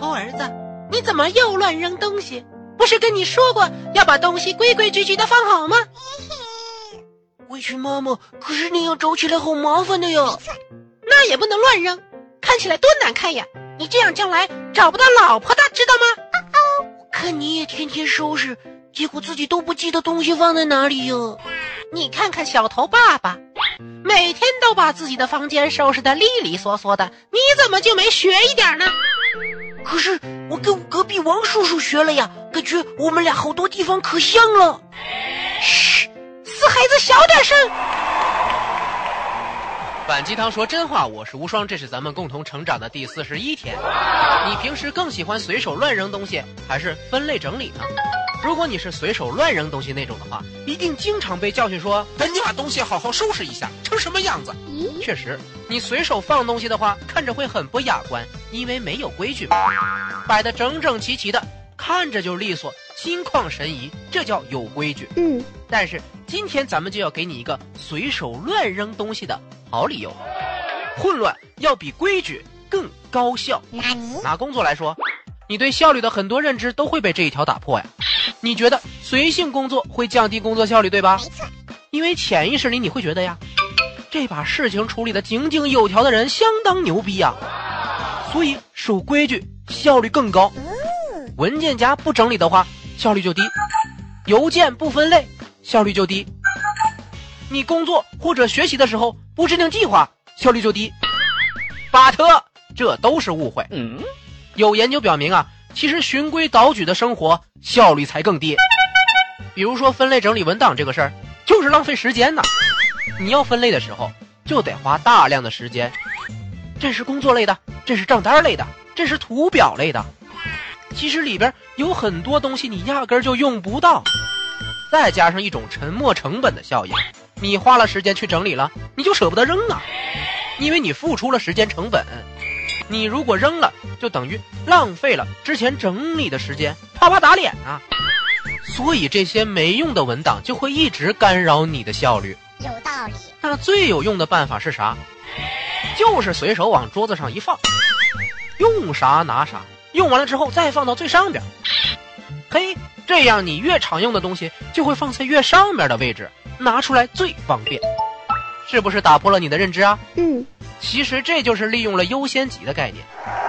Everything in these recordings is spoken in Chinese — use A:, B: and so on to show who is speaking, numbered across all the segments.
A: 头儿子，你怎么又乱扔东西？不是跟你说过要把东西规规矩矩的放好吗？
B: 委屈妈妈，可是那样找起来好麻烦的呀。
A: 那也不能乱扔，看起来多难看呀！你这样将来找不到老婆的，知道吗？
B: 我看你也天天收拾，结果自己都不记得东西放在哪里呀。
A: 你看看小头爸爸，每天都把自己的房间收拾得利利索索的，你怎么就没学一点呢？
B: 可是我跟隔壁王叔叔学了呀，感觉我们俩好多地方可像了。
A: 嘘，死孩子小点声。
C: 反鸡汤说真话，我是无双，这是咱们共同成长的第41天。你平时更喜欢随手乱扔东西，还是分类整理呢？如果你是随手乱扔东西那种的话，一定经常被教训说
D: 赶紧把东西好好收拾一下，成什么样子。
C: 确实，你随手放东西的话，看着会很不雅观，因为没有规矩嘛。摆得整整齐齐的，看着就利索，心旷神怡，这叫有规矩。但是今天咱们就要给你一个随手乱扔东西的好理由。混乱要比规矩更高效。拿工作来说，你对效率的很多认知都会被这一条打破呀。你觉得随性工作会降低工作效率，对吧？因为潜意识里你会觉得呀，这把事情处理得井井有条的人相当牛逼呀，所以守规矩效率更高。文件夹不整理的话，效率就低；邮件不分类，效率就低；你工作或者学习的时候不制定计划，效率就低。巴特，这都是误会。有研究表明啊，其实循规蹈矩的生活效率才更低。比如说分类整理文档这个事儿，就是浪费时间呐。你要分类的时候，就得花大量的时间。这是工作类的，这是账单类的，这是图表类的。其实里边有很多东西你压根儿就用不到。再加上一种沉没成本的效应，你花了时间去整理了，你就舍不得扔啊，因为你付出了时间成本。你如果扔了，就等于浪费了之前整理的时间，啪啪打脸啊！所以这些没用的文档就会一直干扰你的效率。
E: 有道理。
C: 那最有用的办法是啥？就是随手往桌子上一放，用啥拿啥，用完了之后再放到最上边。嘿，这样你越常用的东西就会放在越上面的位置，拿出来最方便。是不是打破了你的认知啊？其实这就是利用了优先级的概念。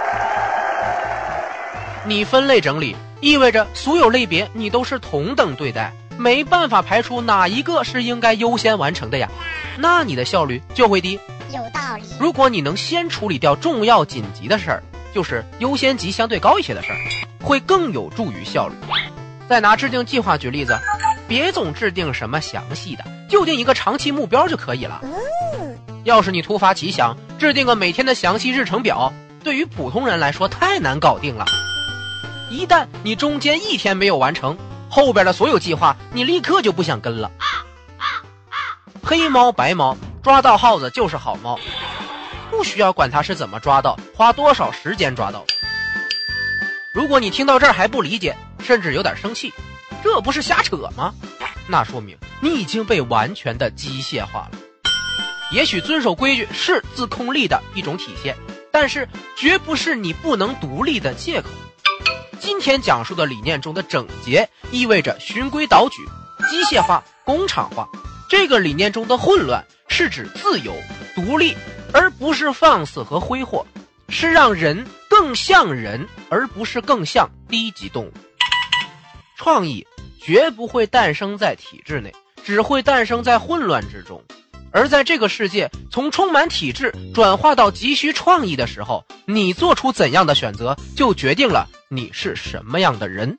C: 你分类整理意味着所有类别你都是同等对待，没办法排除哪一个是应该优先完成的呀，那你的效率就会低。
E: 有道理。
C: 如果你能先处理掉重要紧急的事儿，就是优先级相对高一些的事儿，会更有助于效率。再拿制定计划举例子，别总制定什么详细的，就定一个长期目标就可以了。要是你突发奇想，制定个每天的详细日程表，对于普通人来说太难搞定了。一旦你中间一天没有完成，后边的所有计划你立刻就不想跟了。黑猫白猫，抓到耗子就是好猫，不需要管它是怎么抓到，花多少时间抓到。如果你听到这儿还不理解，甚至有点生气，这不是瞎扯吗？那说明你已经被完全的机械化了。也许遵守规矩是自控力的一种体现，但是绝不是你不能独立的借口。今天讲述的理念中的整洁，意味着循规蹈矩、机械化、工厂化。这个理念中的混乱，是指自由、独立，而不是放肆和挥霍，是让人更像人，而不是更像低级动物。创意绝不会诞生在体制内，只会诞生在混乱之中。而在这个世界从充满体制转化到急需创意的时候，你做出怎样的选择，就决定了你是什么样的人。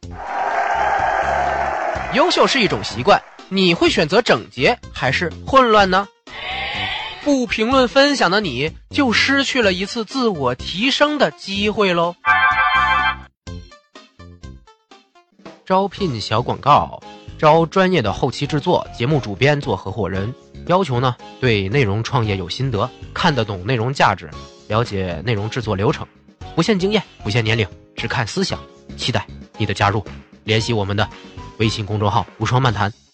C: 优秀是一种习惯，你会选择整洁还是混乱呢？不评论分享的你，就失去了一次自我提升的机会喽。招聘小广告，招专业的后期制作、节目主编做合伙人。要求呢，对内容创业有心得，看得懂内容价值，了解内容制作流程，不限经验，不限年龄，只看思想。期待你的加入，联系我们的微信公众号无双漫谈。